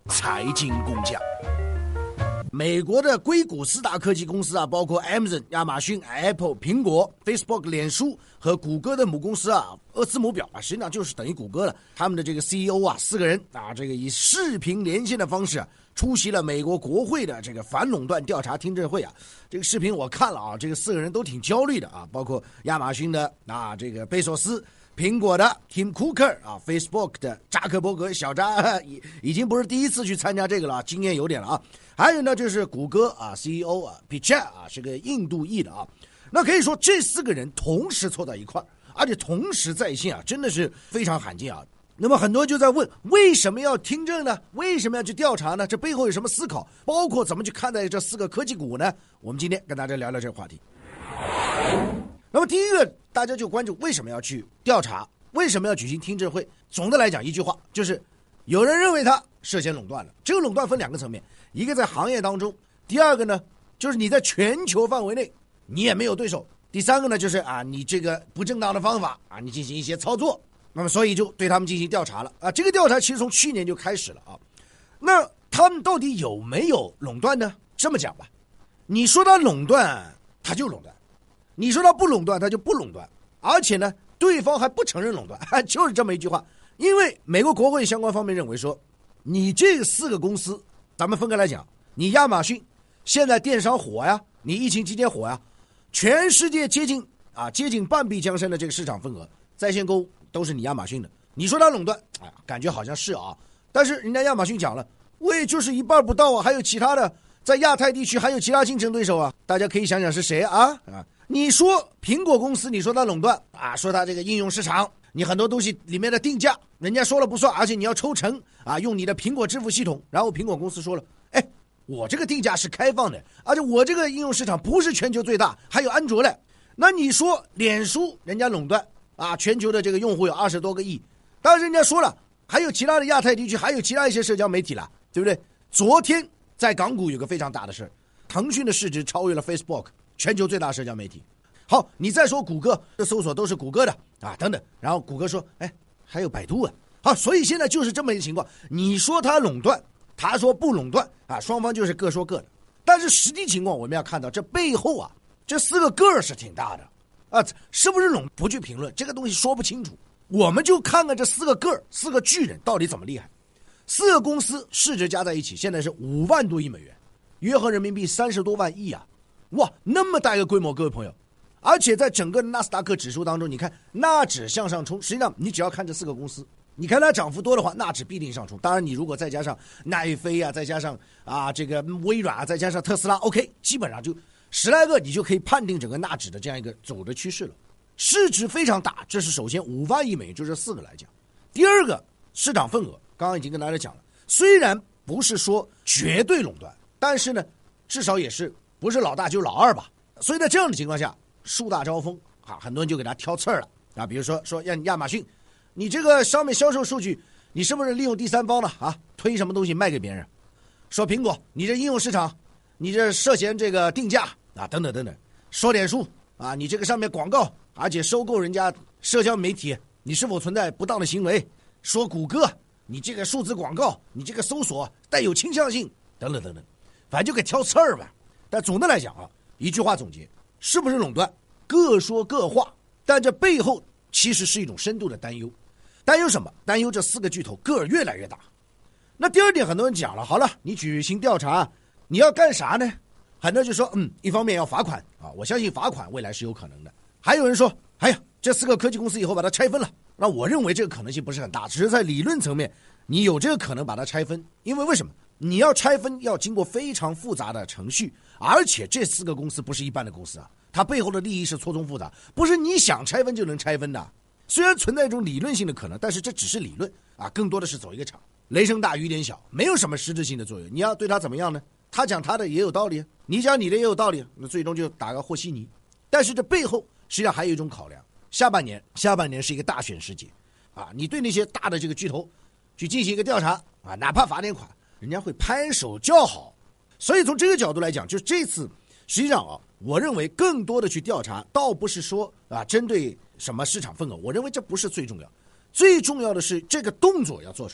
财经工匠。美国的硅谷4大科技公司啊，包括 Amazon、亚马逊、Apple、苹果、Facebook、脸书和谷歌的母公司啊，字母表啊，实际上就是等于谷歌了。他们的这个 CEO 啊，4个人啊，这个以视频连线的方式啊，出席了美国国会的这个反垄断调查听证会啊。这个视频我看了啊，这个4个人都挺焦虑的啊，包括亚马逊的这个贝索斯。苹果的 Tim Cook 啊 ，Facebook 的扎克伯格小扎已经不是第一次去参加这个了，经验有点了啊。还有呢，就是谷歌啊 CEO 啊 Pichai 啊，是个印度裔的啊。那可以说这4个人同时凑到一块儿，而且同时在线啊，真的是非常罕见啊。那么很多人就在问，为什么要听证呢？为什么要去调查呢？这背后有什么思考？包括怎么去看待这4个科技股呢？我们今天跟大家聊聊这个话题。那么第一个，大家就关注为什么要去调查，为什么要举行听证会？总的来讲，一句话就是，有人认为他涉嫌垄断了。这个垄断分2个层面，一个在行业当中，第二个呢，就是你在全球范围内你也没有对手，第三个呢，就是你这个不正当的方法你进行一些操作。那么所以就对他们进行调查了这个调查其实从去年就开始了那他们到底有没有垄断呢？这么讲吧，你说他垄断，他就垄断。你说他不垄断，他就不垄断，而且呢，对方还不承认垄断，就是这么一句话。因为美国国会相关方面认为说，你这4个公司，咱们分开来讲，你亚马逊现在电商火呀，你疫情期间火呀，全世界接近半壁江山的这个市场份额，在线购物都是你亚马逊的。你说他垄断，感觉好像是但是人家亚马逊讲了，我也就是一半不到还有其他的，在亚太地区还有其他竞争对手大家可以想想是谁你说苹果公司，你说它垄断说它这个应用市场，你很多东西里面的定价，人家说了不算，而且你要抽成用你的苹果支付系统。然后苹果公司说了，我这个定价是开放的，而且我这个应用市场不是全球最大，还有安卓嘞。那你说脸书人家垄断全球的这个用户有20多个亿，但是人家说了，还有其他的亚太地区，还有其他一些社交媒体了，对不对？昨天在港股有个非常大的事，腾讯的市值超越了 Facebook。全球最大社交媒体。好，你再说谷歌的搜索都是谷歌的等等，然后谷歌说还有百度好，所以现在就是这么一个情况，你说他垄断，他说不垄断双方就是各说各的。但是实际情况我们要看到，这背后这4个个是挺大的是不是垄不去评论这个东西说不清楚，我们就看看这4个个4个巨人到底怎么厉害。4个公司市值加在一起现在是5万多亿美元，约合人民币30多万亿哇，那么大一个规模，各位朋友！而且在整个纳斯达克指数当中，你看纳指向上冲，实际上你只要看这4个公司，你看它涨幅多的话，纳指必定上冲。当然，你如果再加上奈飞再加上这个微软再加上特斯拉 ，OK， 基本上就10来个，你就可以判定整个纳指的这样一个走的趋势了。市值非常大，这是首先5万亿美元，就这4个来讲。第二个市场份额，刚刚已经跟大家讲了，虽然不是说绝对垄断，但是呢，至少也是。不是老大就老二吧，所以在这样的情况下，树大招风很多人就给他挑刺儿了比如说亚马逊，你这个上面销售数据，你是不是利用第三方的推什么东西卖给别人？说苹果，你这应用市场，你这涉嫌这个定价等等等等。说脸书你这个上面广告，而且收购人家社交媒体，你是否存在不当的行为？说谷歌，你这个数字广告，你这个搜索带有倾向性，等等等等，反正就给挑刺儿吧。但总的来讲一句话总结，是不是垄断？各说各话，但这背后其实是一种深度的担忧。担忧什么？担忧这4个巨头个儿越来越大。那第二点，很多人讲了，好了，你举行调查，你要干啥呢？很多人就说，一方面要罚款我相信罚款未来是有可能的。还有人说，这4个科技公司以后把它拆分了，那我认为这个可能性不是很大，只是在理论层面，你有这个可能把它拆分。因为为什么？你要拆分要经过非常复杂的程序，而且这4个公司不是一般的公司它背后的利益是错综复杂，不是你想拆分就能拆分的。虽然存在一种理论性的可能，但是这只是理论更多的是走一个场，雷声大雨点小，没有什么实质性的作用。你要对他怎么样呢？他讲他的也有道理，你讲你的也有道理，那最终就打个和稀泥。但是这背后实际上还有一种考量，下半年是一个大选时节你对那些大的这个巨头去进行一个调查哪怕罚点款，人家会拍手叫好。所以从这个角度来讲，就这次实际上我认为更多的去调查，倒不是说针对什么市场份额，我认为这不是最重要，最重要的是这个动作要做出来。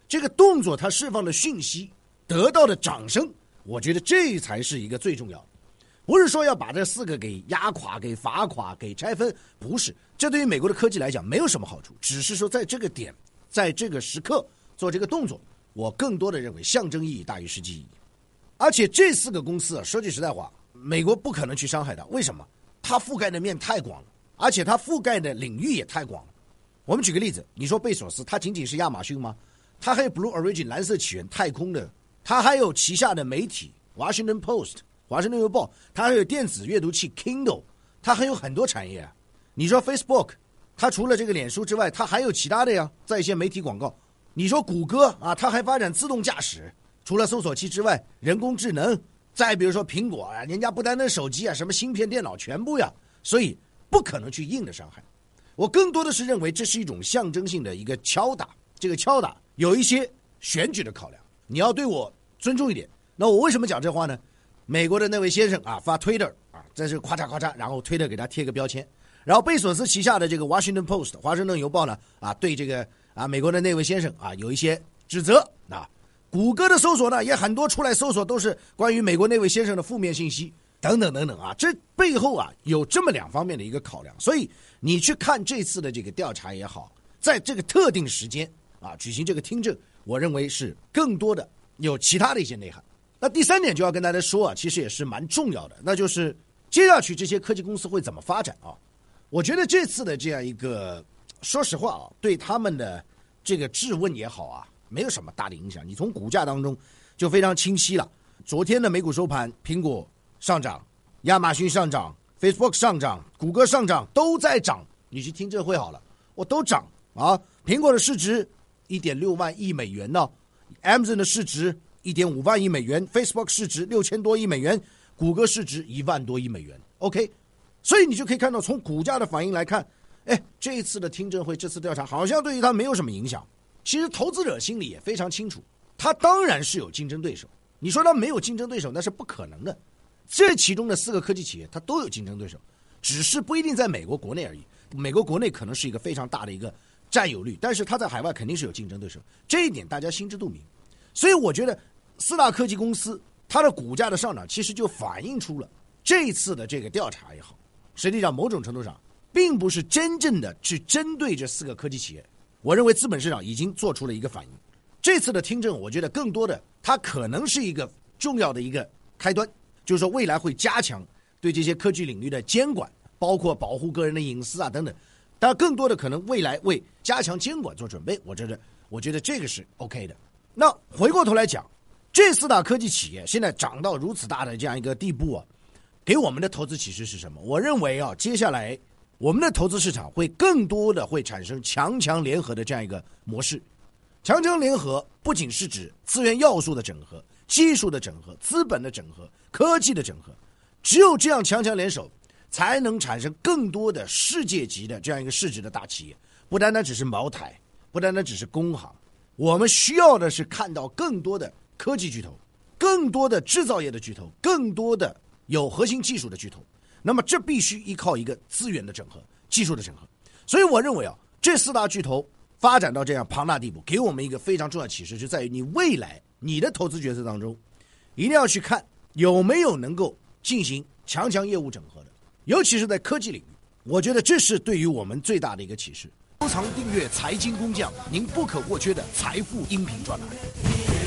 这个动作它释放的讯息得到的掌声，我觉得这才是一个最重要的。不是说要把这4个给压垮、给罚垮、给拆分，不是，这对于美国的科技来讲没有什么好处，只是说在这个点，在这个时刻做这个动作，我更多的认为象征意义大于实际意义。而且这4个公司说句实在话，美国不可能去伤害它，为什么？它覆盖的面太广了，而且它覆盖的领域也太广了。我们举个例子，你说贝索斯他仅仅是亚马逊吗？他还有 Blue Origin 蓝色起源太空的，他还有旗下的媒体 Washington Post 华盛顿邮报，他还有电子阅读器 Kindle， 他还有很多产业啊。你说 Facebook 他除了这个脸书之外，他还有其他的呀，在线媒体广告。你说谷歌啊，他还发展自动驾驶，除了搜索器之外，人工智能，再比如说苹果啊，人家不单单手机啊，什么芯片电脑全部呀，所以不可能去硬的伤害。我更多的是认为这是一种象征性的一个敲打，这个敲打有一些选举的考量，你要对我尊重一点。那我为什么讲这话呢？美国的那位先生啊，发 Twitter 啊，这是咔嚓咔嚓，然后 Twitter 给他贴个标签，然后贝索斯旗下的这个 Washington Post 华盛顿邮报呢啊，对这个啊美国的那位先生啊有一些指责啊。谷歌的搜索呢也很多出来搜索都是关于美国那位先生的负面信息等等等等啊，这背后啊有这么2方面的一个考量，所以你去看这次的这个调查也好，在这个特定时间啊举行这个听证，我认为是更多的有其他的一些内涵。那第3点就要跟大家说啊，其实也是蛮重要的，那就是接下去这些科技公司会怎么发展啊？我觉得这次的这样一个，说实话啊，对他们的这个质问也好啊，没有什么大的影响。你从股价当中就非常清晰了。昨天的美股收盘，苹果上涨，亚马逊上涨， Facebook 上涨，谷歌上涨，都在涨。你去听证会好了，我都涨啊！苹果的市值 1.6 万亿美元呢， Amazon 的市值 1.5 万亿美元， Facebook 市值6000多亿美元，谷歌市值1万多亿美元。 OK， 所以你就可以看到从股价的反应来看，这一次的听证会，这次调查好像对于它没有什么影响。其实投资者心里也非常清楚，它当然是有竞争对手，你说它没有竞争对手那是不可能的。这其中的4个科技企业它都有竞争对手，只是不一定在美国国内而已。美国国内可能是一个非常大的一个占有率，但是它在海外肯定是有竞争对手，这一点大家心知肚明。所以我觉得4大科技公司它的股价的上涨其实就反映出了这一次的这个调查也好，实际上某种程度上并不是真正的去针对这4个科技企业。我认为资本市场已经做出了一个反应。这次的听证我觉得更多的它可能是一个重要的一个开端，就是说未来会加强对这些科技领域的监管，包括保护个人的隐私啊等等，当然更多的可能未来为加强监管做准备，我觉得这个是 OK 的。那回过头来讲，这4大科技企业现在涨到如此大的这样一个地步啊，给我们的投资启示是什么？我认为啊，接下来我们的投资市场会更多的会产生强强联合的这样一个模式。强强联合不仅是指资源要素的整合、技术的整合、资本的整合、科技的整合，只有这样强强联手，才能产生更多的世界级的这样一个市值的大企业。不单单只是茅台，不单单只是工行，我们需要的是看到更多的科技巨头，更多的制造业的巨头，更多的有核心技术的巨头。那么这必须依靠一个资源的整合、技术的整合。所以我认为啊，这4大巨头发展到这样庞大地步，给我们一个非常重要的启示，就在于你未来你的投资决策当中，一定要去看有没有能够进行强业务整合的，尤其是在科技领域。我觉得这是对于我们最大的一个启示。收藏订阅财经工匠，您不可或缺的财富音频专栏。